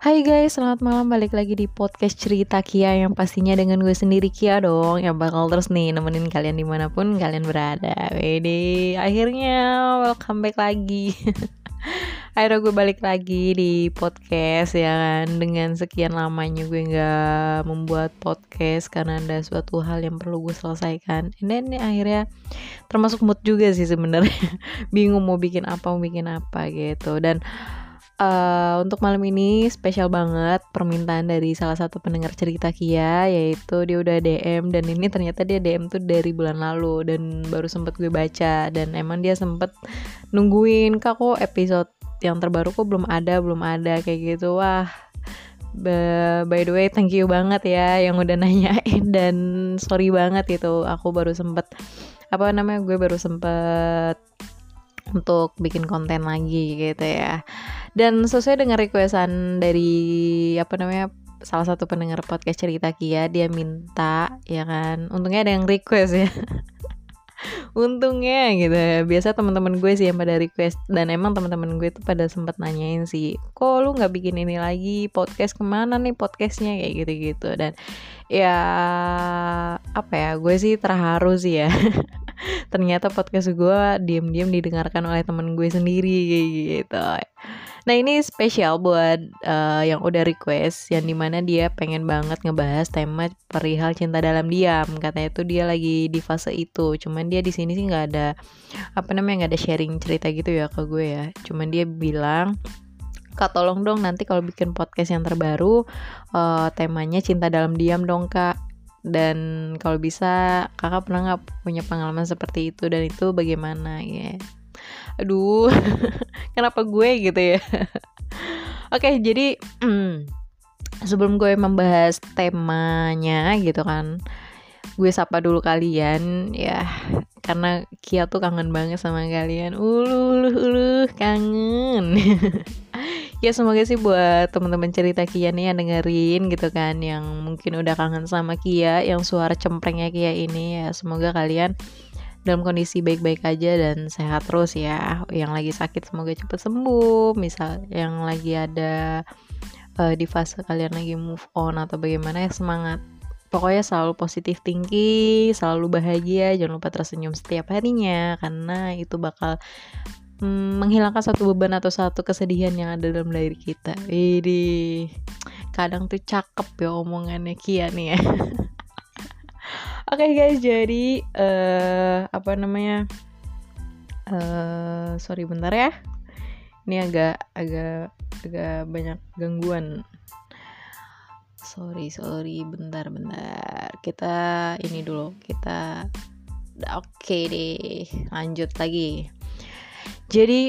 Hai guys, selamat malam, balik lagi di podcast cerita Kia yang pastinya dengan gue sendiri Kia dong, yang bakal terus nih nemenin kalian dimanapun kalian berada. Wede, akhirnya welcome back lagi. Akhirnya gue balik lagi di podcast ya kan. Dengan sekian lamanya gue gak membuat podcast karena ada suatu hal yang perlu gue selesaikan. Dan ini akhirnya termasuk mood juga sih sebenarnya. Bingung mau bikin apa gitu. Dan untuk malam ini spesial banget permintaan dari salah satu pendengar cerita Kia, yaitu dia udah DM, dan ini ternyata dia DM tuh dari bulan lalu dan baru sempet gue baca, dan emang dia sempet nungguin kak kok episode yang terbaru kok belum ada kayak gitu. Wah, by the way thank you banget ya yang udah nanyain, dan sorry banget itu aku baru sempet gue baru sempet untuk bikin konten lagi gitu ya. Dan sesuai dengan requestan dari salah satu pendengar podcast cerita Kia, dia minta ya kan. Untungnya ada yang request ya. Untungnya gitu ya. Biasa teman-teman gue sih yang pada request, dan emang teman-teman gue tuh pada sempat nanyain sih, kok lu nggak bikin ini lagi, podcast kemana nih podcastnya, kayak gitu-gitu. Dan ya gue sih terharu sih ya. Ternyata podcast gue diam-diam didengarkan oleh temen gue sendiri kayak gitu. Nah ini spesial buat yang udah request, yang dimana dia pengen banget ngebahas tema perihal cinta dalam diam. Katanya tuh dia lagi di fase itu. Cuman dia di sini sih nggak ada nggak ada sharing cerita gitu ya ke gue ya. Cuman dia bilang, Kak tolong dong nanti kalau bikin podcast yang terbaru temanya cinta dalam diam dong Kak. Dan kalau bisa kakak pernah nggak punya pengalaman seperti itu, dan itu bagaimana ya? Aduh, kenapa gue gitu ya? Oke, jadi sebelum gue membahas temanya gitu kan, gue sapa dulu kalian ya, karena Kia tuh kangen banget sama kalian. Kangen. Ya semoga sih buat teman-teman cerita Kia nih yang dengerin gitu kan, yang mungkin udah kangen sama Kia, yang suara cemprengnya Kia ini ya, semoga kalian dalam kondisi baik-baik aja dan sehat terus ya. Yang lagi sakit semoga cepet sembuh, misal yang lagi ada di fase kalian lagi move on atau bagaimana ya, semangat. Pokoknya selalu positif tinggi, selalu bahagia, jangan lupa tersenyum setiap harinya, karena itu bakal menghilangkan satu beban atau satu kesedihan yang ada dalam diri kita. Ini kadang tuh cakep ya omongannya Kia nih ya. Oke guys, jadi sorry bentar ya. Ini agak banyak gangguan. Sorry bentar. Kita ini dulu, oke deh, lanjut lagi. Jadi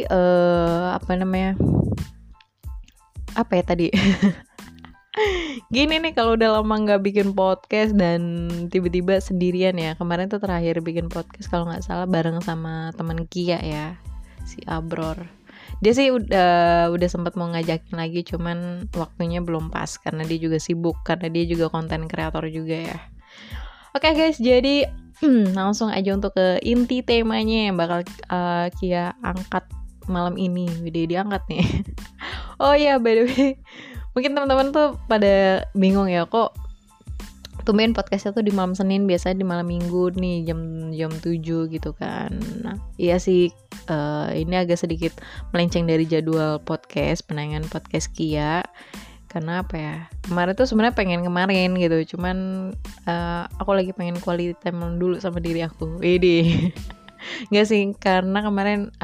tadi gini nih, kalau udah lama nggak bikin podcast dan tiba-tiba sendirian ya. Kemarin tuh terakhir bikin podcast kalau nggak salah bareng sama teman Kia ya, si Abror. Dia sih udah sempat mau ngajakin lagi, cuman waktunya belum pas karena dia juga sibuk, karena dia juga konten kreator juga ya. Oke guys, jadi langsung aja untuk ke inti temanya yang bakal Kia angkat malam ini. Udah diangkat nih. Oh iya, by the way, mungkin teman-teman tuh pada bingung ya, kok tumben podcastnya tuh di malam Senin, biasanya di malam Minggu nih jam 7 gitu kan. Nah, iya sih, ini agak sedikit melenceng dari jadwal penayangan podcast Kia. Karena kemarin tuh sebenarnya pengen kemarin gitu, cuman aku lagi pengen quality time dulu sama diri aku. Nggak sih, karena kemarin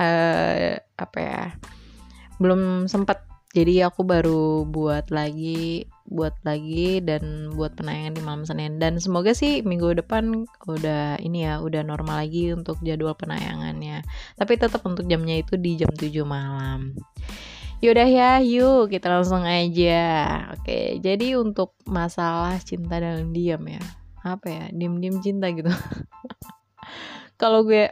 belum sempat, jadi aku baru buat lagi dan buat penayangan di malam Senin. Dan semoga sih minggu depan udah normal lagi untuk jadwal penayangannya, tapi tetap untuk jamnya itu di jam 7 malam. Yaudah ya, yuk kita langsung aja. Oke, jadi untuk masalah cinta dalam diam ya, diam-diam cinta gitu. Kalau gue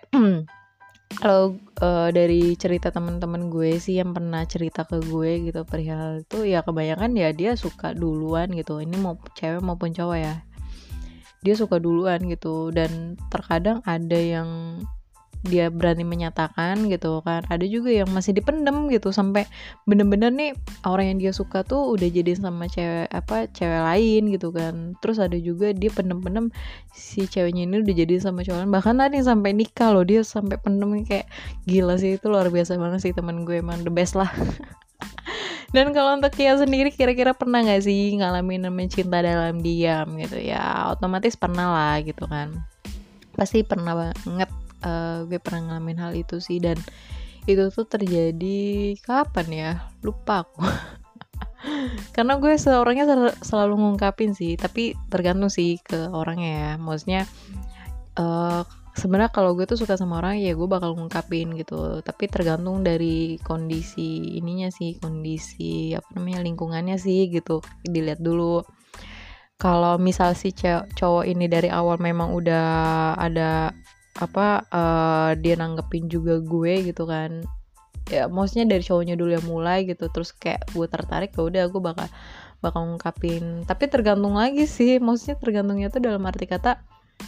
dari cerita teman-teman gue sih yang pernah cerita ke gue gitu perihal itu, ya kebanyakan ya dia suka duluan gitu. Ini mau cewek maupun cowok ya, dia suka duluan gitu. Dan terkadang ada yang dia berani menyatakan gitu kan. Ada juga yang masih dipendem gitu sampai bener-bener nih orang yang dia suka tuh udah jadi sama cewek lain gitu kan. Terus ada juga dia pendem-pendem si ceweknya ini udah jadi sama cowok lain, bahkan ada yang sampai nikah loh, dia sampai pendem. Kayak gila sih, itu luar biasa banget sih, teman gue emang the best lah. Dan kalau untuk Kia sendiri, kira-kira pernah gak sih ngalamin namanya cinta dalam diam gitu ya? Otomatis pernah lah gitu kan. Pasti pernah banget, gue pernah ngalamin hal itu sih. Dan itu tuh terjadi kapan ya? Lupa aku. Karena gue seorangnya selalu ngungkapin sih, tapi tergantung sih ke orangnya ya. Maksudnya sebenarnya kalau gue tuh suka sama orang ya gue bakal ngungkapin gitu, tapi tergantung dari kondisi ininya sih, kondisi lingkungannya sih gitu, dilihat dulu. Kalau misal si cowok ini dari awal memang udah ada dia nanggepin juga gue gitu kan ya, maksudnya dari cowoknya dulu yang mulai gitu, terus kayak gue tertarik, ya udah gue bakal ngungkapin. Tapi tergantung lagi sih, maksudnya tergantungnya tuh dalam arti kata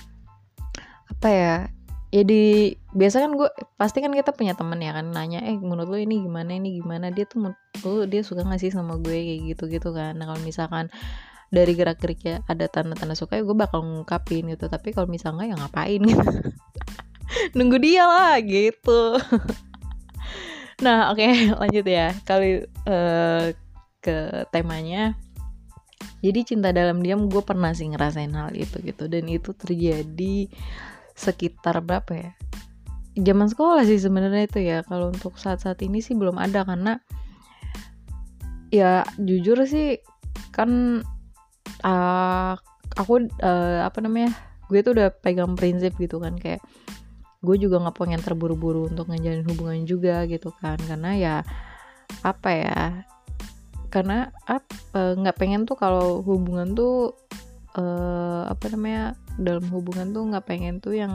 ya biasa kan gue pasti kan kita punya temen ya kan, nanya menurut lo ini gimana, dia tuh dia suka gak sih sama gue kayak gitu kan. Nah kalau misalkan dari gerak-geriknya ada tanda-tanda suka ya gue bakal ngungkapin gitu, tapi kalau misalnya ya ngapain gitu. Nunggu dia lah gitu. Nah oke, lanjut ya kali ke temanya. Jadi cinta dalam diam, gue pernah sih ngerasain hal itu gitu, dan itu terjadi sekitar berapa ya, zaman sekolah sih sebenarnya itu ya. Kalau untuk saat-saat ini sih belum ada, karena ya jujur sih kan aku gue tuh udah pegang prinsip gitu kan, kayak gue juga nggak pengen terburu-buru untuk ngejalin hubungan juga gitu kan, karena ya karena nggak pengen tuh kalau hubungan tuh dalam hubungan tuh nggak pengen tuh yang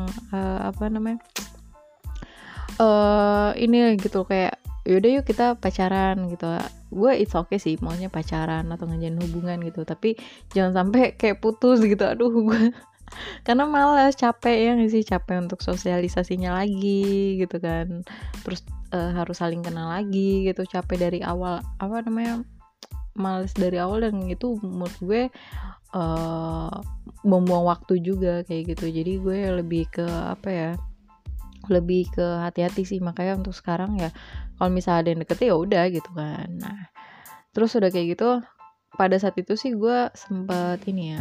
ini gitu, kayak yaudah yuk kita pacaran gitu. Gue it's okay sih maunya pacaran atau ngejalin hubungan gitu, tapi jangan sampai kayak putus gitu. Aduh gue karena malas, capek ya nggak sih, capek untuk sosialisasinya lagi gitu kan, terus harus saling kenal lagi gitu, capek dari awal males dari awal, dan itu menurut gue membuang waktu juga kayak gitu. Jadi gue lebih ke lebih ke hati-hati sih. Makanya untuk sekarang ya kalau misalnya ada yang deket ya udah gitu kan. Nah terus udah kayak gitu, pada saat itu sih gue sempat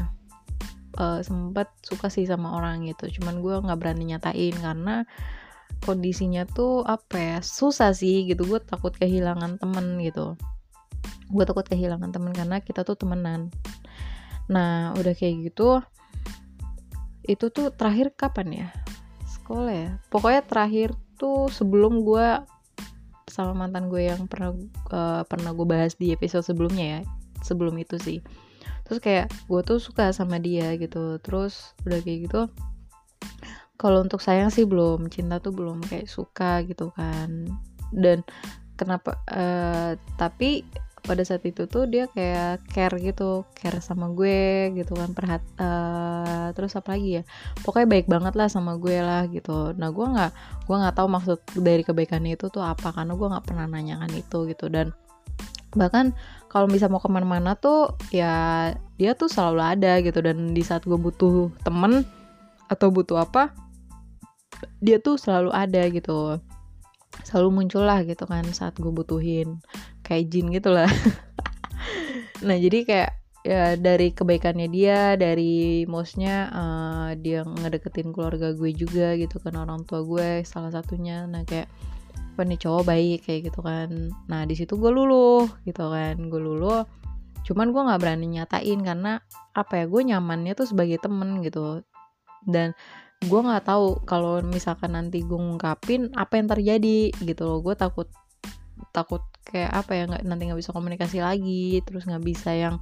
suka sih sama orang gitu, cuman gue nggak berani nyatain karena kondisinya tuh susah sih gitu. Gue takut kehilangan temen gitu, karena kita tuh temenan. Nah udah kayak gitu, itu tuh terakhir kapan ya, sekolah ya, pokoknya terakhir tuh sebelum gue sama mantan gue yang pernah gue bahas di episode sebelumnya ya, sebelum itu sih. Terus kayak gue tuh suka sama dia gitu. Terus udah kayak gitu, kalau untuk sayang sih belum, cinta tuh belum kayak suka gitu kan. Dan kenapa tapi pada saat itu tuh dia kayak care sama gue gitu kan, terus apa lagi ya, pokoknya baik banget lah sama gue lah gitu. Nah gue nggak tahu maksud dari kebaikannya itu tuh apa, karena gue nggak pernah nanyakan itu gitu. Dan bahkan kalau bisa mau kemana-mana tuh ya dia tuh selalu ada gitu, dan di saat gue butuh temen atau butuh apa, dia tuh selalu ada gitu, selalu muncul lah gitu kan saat gue butuhin, kayak jin gitu lah. Nah jadi kayak ya dari kebaikannya dia, dari maksudnya dia ngedeketin keluarga gue juga gitu kan, orang tua gue salah satunya. Nah kayak nih cowok baik kayak gitu kan. Nah di situ gue luluh gitu kan, cuman gue nggak berani nyatain karena gue nyamannya tuh sebagai temen gitu. Dan gue nggak tahu kalau misalkan nanti gue ngungkapin apa yang terjadi gitu loh. Gue takut kayak nanti nggak bisa komunikasi lagi, terus nggak bisa yang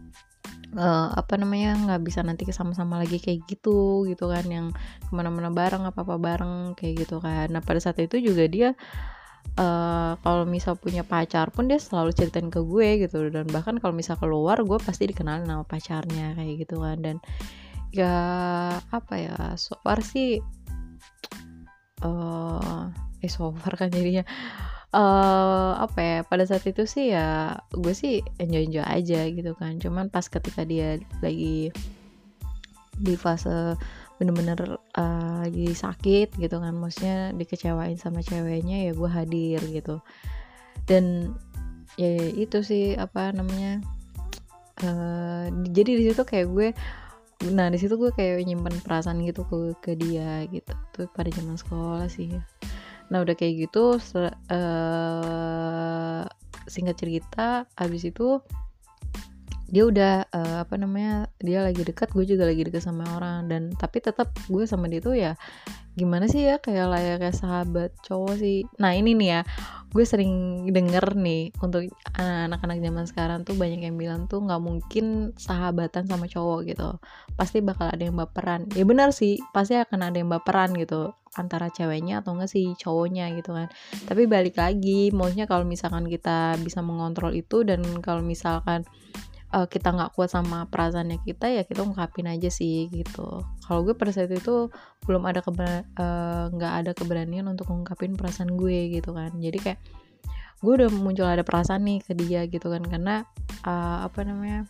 nggak bisa nanti sama-sama lagi kayak gitu kan, yang kemana-mana bareng, apa-apa bareng kayak gitu kan. Nah pada saat itu juga dia kalau misal punya pacar pun dia selalu ceritain ke gue gitu, dan bahkan kalau misal keluar gue pasti dikenalin sama pacarnya kayak gitu kan. Dan ya so far sih so far kan jadinya apa ya, pada saat itu sih ya gue sih enjoy aja gitu kan. Cuman pas ketika dia lagi di fase bener-bener lagi sakit gitu kan, maksudnya dikecewain sama ceweknya, ya gue hadir gitu. Dan ya itu sih apa namanya, jadi di situ kayak gue, nah di situ gue kayak nyimpen perasaan gitu ke dia gitu tuh pada zaman sekolah sih. Nah udah kayak gitu singkat cerita abis itu dia udah apa namanya, dia lagi dekat, gue juga lagi dekat sama orang, dan tapi tetap gue sama dia tuh ya gimana sih ya, kayak layaknya sahabat cowok sih. Nah ini nih ya, gue sering denger nih untuk anak-anak zaman sekarang tuh banyak yang bilang tuh nggak mungkin sahabatan sama cowok gitu, pasti bakal ada yang baperan. Ya benar sih, pasti akan ada yang baperan gitu antara ceweknya atau enggak sih cowoknya gitu kan. Tapi balik lagi, maksudnya kalau misalkan kita bisa mengontrol itu, dan kalau misalkan kita nggak kuat sama perasaannya kita, ya kita ungkapin aja sih gitu. Kalau gue pada saat itu belum ada nggak ada keberanian untuk ungkapin perasaan gue gitu kan. Jadi kayak gue udah muncul ada perasaan nih ke dia gitu kan, karena apa namanya,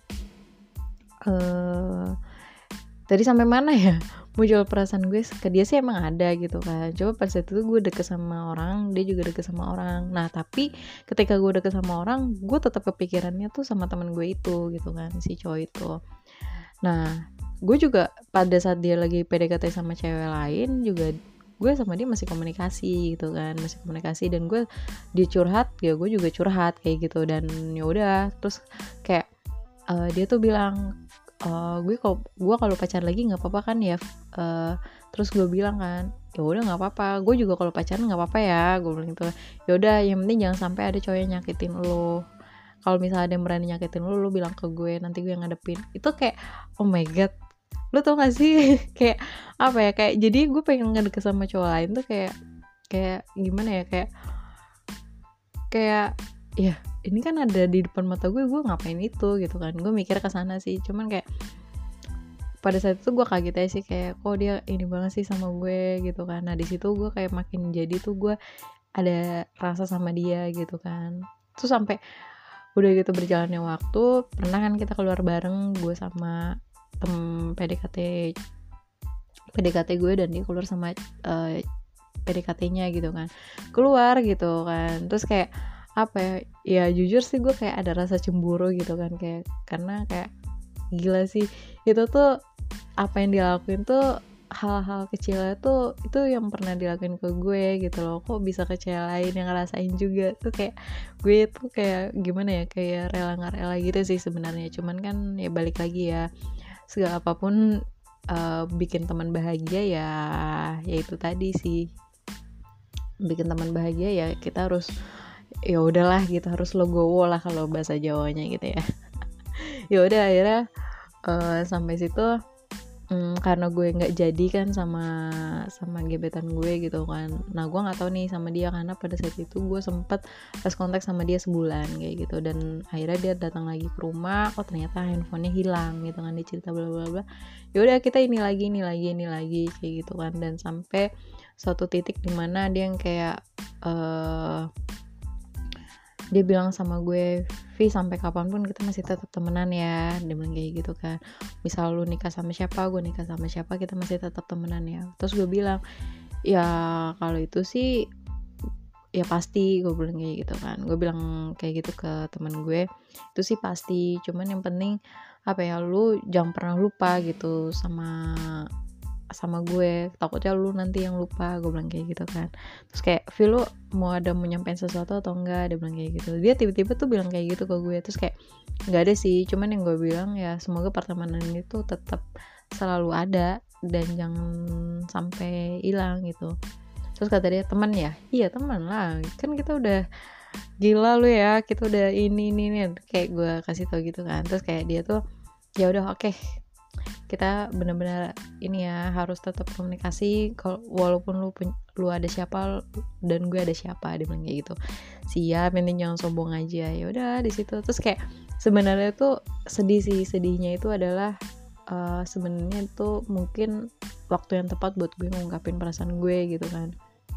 tadi sampai mana ya, muncul perasaan gue ke dia sih emang ada gitu kan. Coba pada saat itu gue deket sama orang, dia juga deket sama orang. Nah tapi ketika gue deket sama orang, gue tetap kepikirannya tuh sama teman gue itu gitu kan, si cowok itu. Nah gue juga pada saat dia lagi PDKT sama cewek lain juga, gue sama dia masih komunikasi gitu kan, masih komunikasi. Dan gue, dia curhat ya gue juga curhat kayak gitu. Dan ya udah, terus kayak dia tuh bilang, gue kalau pacaran lagi nggak apa-apa kan ya. Terus gue bilang kan, ya udah nggak apa-apa, gue juga kalau pacaran nggak apa-apa ya, gue bilang gitu. Ya udah, yang penting jangan sampai ada cowok yang nyakitin lo. Kalau misalnya ada yang berani nyakitin lo bilang ke gue, nanti gue yang ngadepin. Itu kayak oh my god, lo tau gak sih kayak apa ya, kayak jadi gue pengen ngedeket sama cowok lain tuh kayak gimana ya, kayak ya ini kan ada di depan mata gue ngapain itu gitu kan. Gue mikir ke sana sih, cuman kayak pada saat itu gue kaget aja sih, kayak kok dia ini banget sih sama gue gitu kan. Nah di situ gue kayak makin jadi tuh gue ada rasa sama dia gitu kan. Terus sampai udah gitu berjalannya waktu, pernah kan kita keluar bareng, gue sama PDKT gue, dan dia keluar sama PDKT-nya gitu kan, keluar gitu kan. Terus kayak apa ya, ya jujur sih gue kayak ada rasa cemburu gitu kan, kayak karena kayak gila sih, itu tuh apa yang dilakuin tuh hal-hal kecilnya tuh itu yang pernah dilakuin ke gue gitu loh. Kok bisa ke cewek lain yang ngerasain juga tuh, kayak gue tuh kayak gimana ya, kayak rela nggak rela gitu sih sebenarnya. Cuman kan ya balik lagi ya, segala apapun bikin teman bahagia ya itu tadi sih, bikin teman bahagia ya kita harus, ya udahlah gitu, harus legowo lah kalau bahasa Jawanya gitu ya. Ya udah akhirnya sampai situ, karena gue nggak jadi kan sama gebetan gue gitu kan. Nah gue nggak tahu nih sama dia, karena pada saat itu gue sempet pas kontak sama dia sebulan kayak gitu. Dan akhirnya dia datang lagi ke rumah, oh ternyata handphonenya hilang gitu kan, dia cerita bla bla bla. Ya udah kita ini lagi kayak gitu kan. Dan sampai suatu titik dimana dia yang kayak dia bilang sama gue, Vi sampai kapanpun kita masih tetap temenan ya, dia bilang kayak gitu kan. Misal lu nikah sama siapa, gue nikah sama siapa, kita masih tetap temenan ya. Terus gue bilang, ya kalau itu sih ya pasti, gue bilang kayak gitu kan. Gue bilang kayak gitu ke teman gue, itu sih pasti. Cuman yang penting apa ya, lu jangan pernah lupa gitu sama gue, takutnya lu nanti yang lupa, gue bilang kayak gitu kan. Terus kayak, Vi lu mau nyampein sesuatu atau enggak, dia bilang kayak gitu. Dia tiba-tiba tuh bilang kayak gitu ke gue. Terus kayak nggak ada sih, cuman yang gue bilang ya semoga pertemanan itu tetap selalu ada dan jangan sampai hilang gitu. Terus kata dia, teman ya? Iya teman lah, kan kita udah gila lu ya, kita udah ini kayak gue kasih tau gitu kan. Terus kayak dia tuh ya udah oke, kita benar-benar ini ya harus tetap komunikasi, kalau walaupun lu ada siapa dan gue ada siapa, dia bilang kayak gitu. Siap, ini jangan sombong aja. Ya udah di situ. Terus kayak sebenarnya tuh sedihnya itu adalah sebenarnya itu mungkin waktu yang tepat buat gue ngungkapin perasaan gue gitu kan.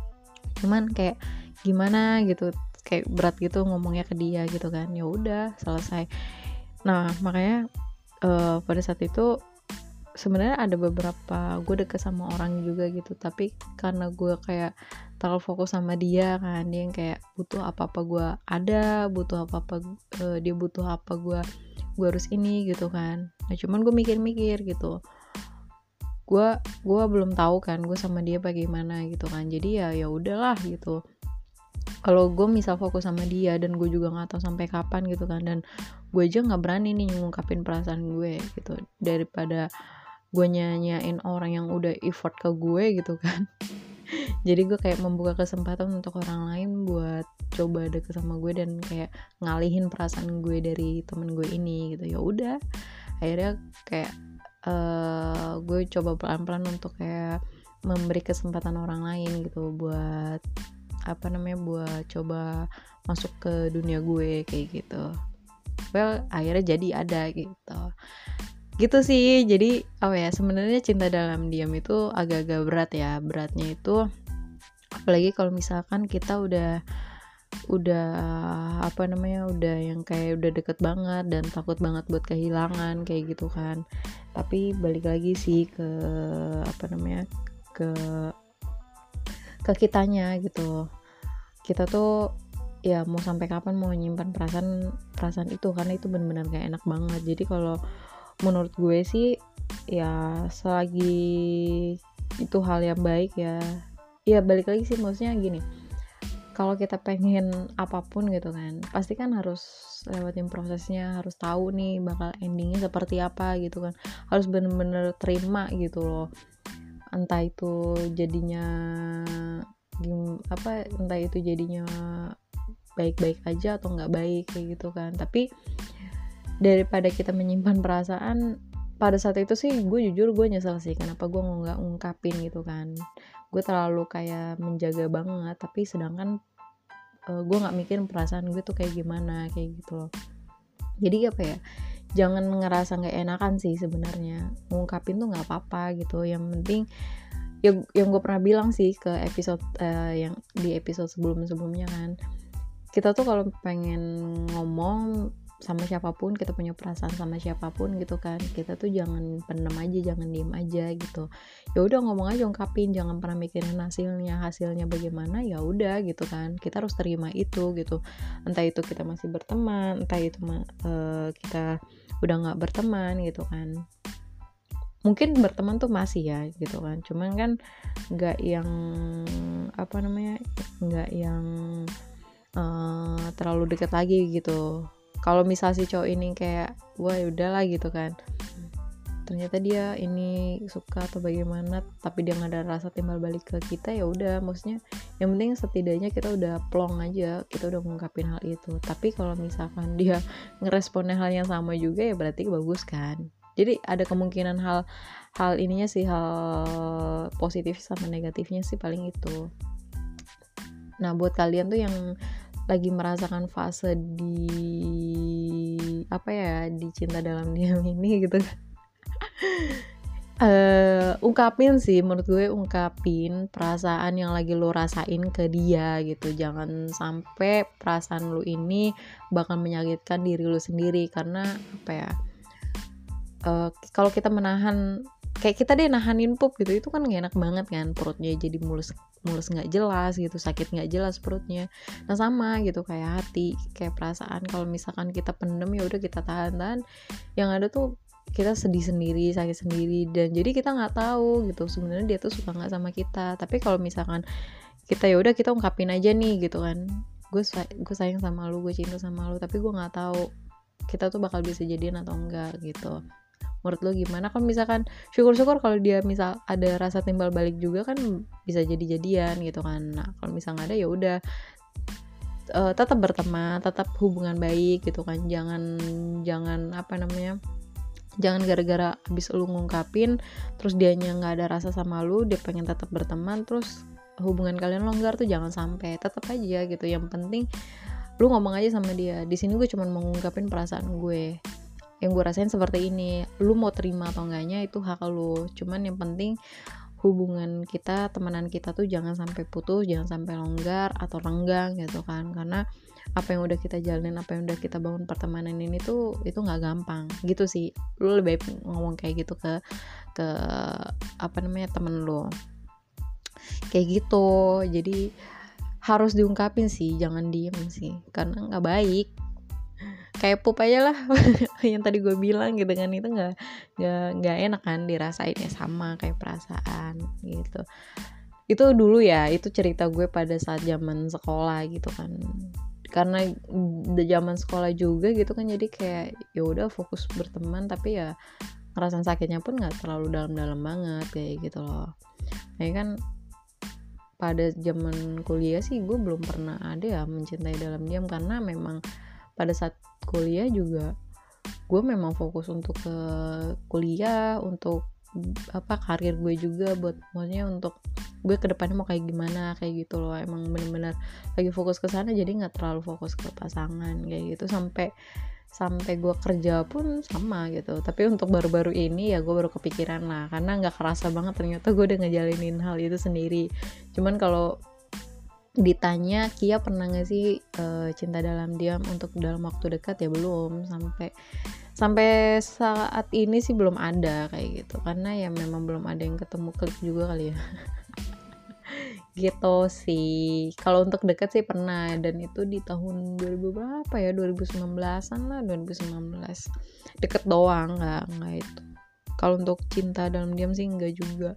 cuman kayak gimana gitu, kayak berat gitu ngomongnya ke dia gitu kan. Ya udah selesai. Nah makanya pada saat itu sebenarnya ada beberapa gue deket sama orang juga gitu, tapi karena gue kayak terlalu fokus sama dia kan, dia yang kayak butuh apa-apa gue ada, butuh apa-apa dia butuh apa gue harus ini gitu kan. Nah cuman gue mikir-mikir gitu, gue belum tahu kan gue sama dia bagaimana gitu kan. Jadi ya udahlah gitu, kalau gue misal fokus sama dia dan gue juga nggak tahu sampai kapan gitu kan, dan gue aja nggak berani nih ngungkapin perasaan gue gitu, daripada gue nyanyain orang yang udah effort ke gue gitu kan. Jadi gue kayak membuka kesempatan untuk orang lain buat coba deket sama gue dan kayak ngalihin perasaan gue dari temen gue ini gitu. Ya udah akhirnya kayak gue coba pelan-pelan untuk kayak memberi kesempatan orang lain gitu buat buat coba masuk ke dunia gue kayak gitu. Well akhirnya jadi ada gitu sih. Jadi sebenarnya cinta dalam diam itu agak-agak berat ya. Beratnya itu apalagi kalau misalkan kita udah udah yang kayak udah deket banget dan takut banget buat kehilangan kayak gitu kan. Tapi balik lagi sih ke ke kitanya gitu. Kita tuh ya mau sampai kapan mau nyimpan perasaan itu, karena itu benar-benar gak enak banget. Jadi kalau menurut gue sih ya selagi itu hal yang baik ya balik lagi sih, maksudnya gini, kalau kita pengen apapun gitu kan pasti kan harus lewatin prosesnya, harus tahu nih bakal endingnya seperti apa gitu kan, harus bener-bener terima gitu loh. Entah itu jadinya baik-baik aja atau nggak baik kayak gitu kan. Tapi daripada kita menyimpan perasaan, pada saat itu sih gue jujur gue nyesel sih kenapa gue nggak ngungkapin gitu kan. Gue terlalu kayak menjaga banget, tapi sedangkan gue nggak mikirin perasaan gue tuh kayak gimana kayak gitu loh. Jadi jangan ngerasa nggak enakan sih sebenarnya, ngungkapin tuh nggak apa-apa gitu. Yang penting yang gue pernah bilang sih ke episode yang di episode sebelumnya kan, kita tuh kalau pengen ngomong sama siapapun, kita punya perasaan sama siapapun gitu kan, kita tuh jangan pendem aja, jangan diem aja gitu. Ya udah ngomong aja, ungkapin, jangan pernah mikirin hasilnya bagaimana. Ya udah gitu kan, kita harus terima itu gitu. Entah itu kita masih berteman, entah itu kita udah nggak berteman gitu kan. Mungkin berteman tuh masih ya gitu kan, cuman kan nggak yang nggak yang terlalu dekat lagi gitu. Kalau misal si cowok ini kayak wah udahlah gitu kan, ternyata dia ini suka atau bagaimana, tapi dia nggak ada rasa timbal balik ke kita, ya udah, maksudnya yang penting setidaknya kita udah plong aja, kita udah ngungkapin hal itu. Tapi kalau misalkan dia ngeresponnya hal yang sama juga, ya berarti bagus kan. Jadi ada kemungkinan hal ininya sih, hal positif sama negatifnya sih paling itu. Nah buat kalian tuh yang lagi merasakan fase di di cinta dalam diam ini gitu kan, ungkapin sih, menurut gue ungkapin perasaan yang lagi lo rasain ke dia gitu. Jangan sampai perasaan lo ini bakal menyakitkan diri lo sendiri, karena kalau kita menahan, kayak kita nahanin pup gitu, itu kan gak enak banget kan, perutnya jadi mulus nggak jelas gitu, sakit nggak jelas perutnya. Nah sama gitu kayak hati, kayak perasaan, kalau misalkan kita pendem ya udah kita tahan, yang ada tuh kita sedih sendiri, sakit sendiri, dan jadi kita nggak tahu gitu sebenarnya dia tuh suka nggak sama kita. Tapi kalau misalkan kita ya udah kita ungkapin aja nih gitu kan, gue sayang sama lu, gue cinta sama lu, tapi gue nggak tahu kita tuh bakal bisa jadian atau enggak gitu. Menurut lo gimana? Kalau misalkan syukur-syukur kalau dia misal ada rasa timbal balik juga kan bisa jadi-jadian gitu kan. Nah kalau misal nggak ada ya udah, tetap berteman, tetap hubungan baik gitu kan. Jangan gara-gara abis lu ngungkapin terus dianya nggak ada rasa sama lu, dia pengen tetap berteman, terus hubungan kalian longgar tuh jangan sampai. Tetap aja gitu, yang penting lu ngomong aja sama dia, di sini gue cuma mau ngungkapin perasaan gue, yang gue rasain seperti ini, lu mau terima atau enggaknya itu hak lu, cuman yang penting hubungan kita, temenan kita tuh jangan sampai putus, jangan sampai longgar atau renggang gitu kan. Karena apa yang udah kita jalanin, apa yang udah kita bangun pertemanan ini tuh itu nggak gampang gitu sih. Lu lebih baik ngomong kayak gitu ke temen lu kayak gitu. Jadi harus diungkapin sih, jangan diem sih, karena nggak baik. Kayak pup aja lah yang tadi gue bilang gitu kan, itu nggak enak kan dirasain, ya sama kayak perasaan gitu. Itu dulu ya, itu cerita gue pada saat zaman sekolah gitu kan. Karena zaman sekolah juga gitu kan, jadi kayak ya udah fokus berteman, tapi ya ngerasain sakitnya pun nggak terlalu dalam-dalam banget kayak gitu loh. Nah kan pada zaman kuliah sih gue belum pernah ada ya mencintai dalam diam, karena memang pada saat kuliah juga gue memang fokus untuk ke kuliah, untuk karir gue juga, buat maksudnya untuk gue kedepannya mau kayak gimana kayak gitu loh. Emang bener-bener lagi fokus ke sana, jadi nggak terlalu fokus ke pasangan kayak gitu. Sampai gue kerja pun sama gitu. Tapi untuk baru-baru ini ya gue baru kepikiran lah, karena nggak kerasa banget ternyata gue udah ngejalinin hal itu sendiri. Cuman kalau ditanya Kia pernah gak sih cinta dalam diam untuk dalam waktu dekat, ya belum. Sampai saat ini sih belum ada kayak gitu, karena ya memang belum ada yang ketemu klik juga kali ya. Gitu sih. Kalau untuk dekat sih pernah, dan itu di tahun 2000 berapa ya, 2019an lah, 2019. Deket doang, nggak itu. Kalau untuk cinta dalam diam sih enggak juga.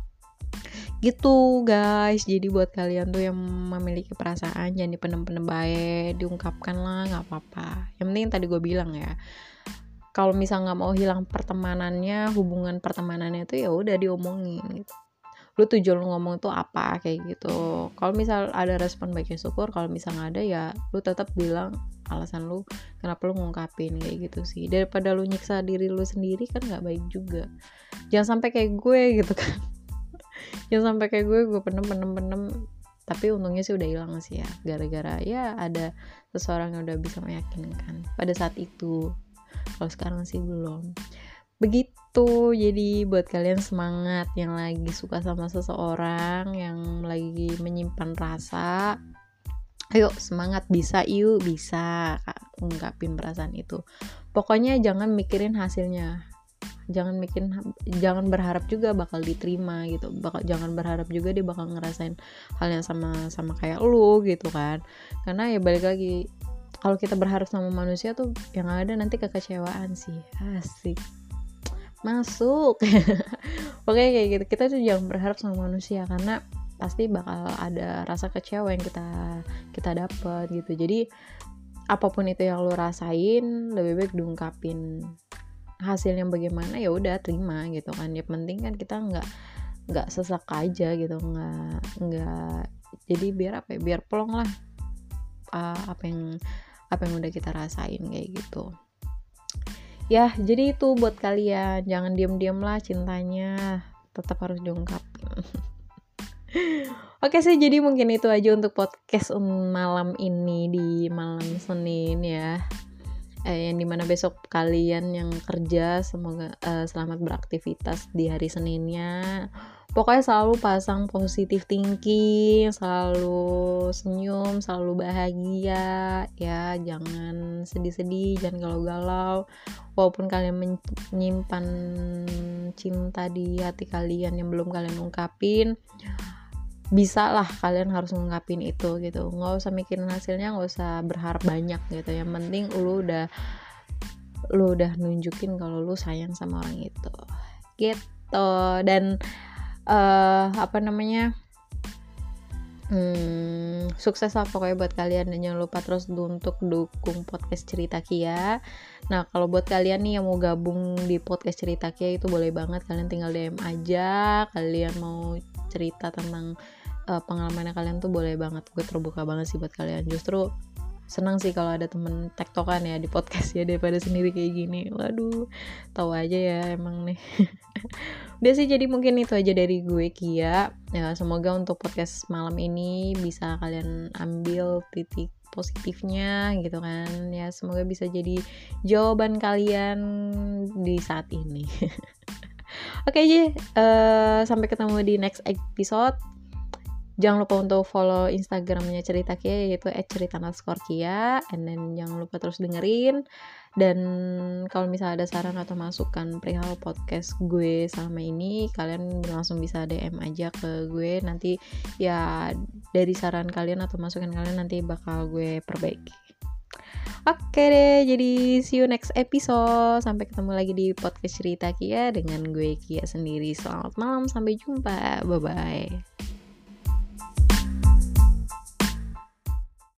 Gitu guys. Jadi buat kalian tuh yang memiliki perasaan, jangan dipendem-pendem baik, diungkapkan lah, nggak apa-apa. Yang penting tadi gue bilang ya, kalau misal nggak mau hilang pertemanannya, hubungan pertemanannya tuh ya udah diomongin gitu. Lu tujuan lu ngomong tuh apa kayak gitu. Kalau misal ada respon baik ya syukur, kalau misal nggak ada ya lu tetap bilang alasan lu kenapa lu ngungkapin kayak gitu sih. Daripada lu nyiksa diri lu sendiri kan nggak baik juga. Jangan sampai kayak gue gitu kan. Jangan sampai kayak gue pendem. Tapi untungnya sih udah hilang sih ya, gara-gara ya ada seseorang yang udah bisa meyakinkan pada saat itu. Kalau sekarang sih belum. Begitu. Jadi buat kalian semangat yang lagi suka sama seseorang, yang lagi menyimpan rasa, ayo semangat, bisa ungkapin perasaan itu. Pokoknya jangan mikirin hasilnya. Jangan berharap juga bakal diterima gitu. Jangan berharap juga dia bakal ngerasain hal yang sama kayak lu gitu kan. Karena ya balik lagi, kalau kita berharap sama manusia tuh yang ada nanti kekecewaan sih. Asik. Masuk. Pokoknya kayak gitu. Kita tuh jangan berharap sama manusia, karena pasti bakal ada rasa kecewa yang kita dapat gitu. Jadi apapun itu yang lu rasain, lebih baik diungkapin. Hasilnya bagaimana ya udah terima gitu kan. Yang penting kan kita nggak sesak aja gitu, nggak jadi biar plong lah apa yang udah kita rasain kayak gitu ya. Jadi itu buat kalian, jangan diam-diam lah cintanya, tetap harus diungkapin. Oke sih, jadi mungkin itu aja untuk podcast malam ini, di malam Senin ya, yang dimana besok kalian yang kerja semoga selamat beraktivitas di hari Seninnya. Pokoknya selalu pasang positive thinking, selalu senyum, selalu bahagia ya, jangan sedih-sedih, jangan galau-galau. Walaupun kalian menyimpan cinta di hati kalian yang belum kalian ungkapin, bisa lah kalian harus ngungkapin itu gitu. Nggak usah mikirin hasilnya, nggak usah berharap banyak gitu. Yang penting lu udah nunjukin kalau lu sayang sama orang itu gitu. Dan sukses lah pokoknya buat kalian, dan jangan lupa terus untuk dukung podcast Cerita Kia. Nah kalau buat kalian nih yang mau gabung di podcast Cerita Kia, itu boleh banget, kalian tinggal DM aja. Kalian mau cerita tentang pengalamannya kalian tuh boleh banget, gue terbuka banget sih buat kalian. Justru senang sih kalau ada temen tektokan ya di podcast ya, daripada sendiri kayak gini. Waduh, tahu aja ya emang nih. Udah sih, jadi mungkin itu aja dari gue Kia ya. Semoga untuk podcast malam ini bisa kalian ambil titik positifnya gitu kan ya. Semoga bisa jadi jawaban kalian di saat ini. Oke aja, sampai ketemu di next episode. Jangan lupa untuk follow Instagramnya Cerita Kia, yaitu @cerita_kia, and then jangan lupa terus dengerin. Dan kalau misalnya ada saran atau masukan perihal podcast gue selama ini, kalian langsung bisa DM aja ke gue. Nanti ya dari saran kalian atau masukan kalian nanti bakal gue perbaiki. Oke deh, jadi see you next episode. Sampai ketemu lagi di podcast Cerita Kia dengan gue Kia sendiri. Selamat malam, sampai jumpa. Bye-bye.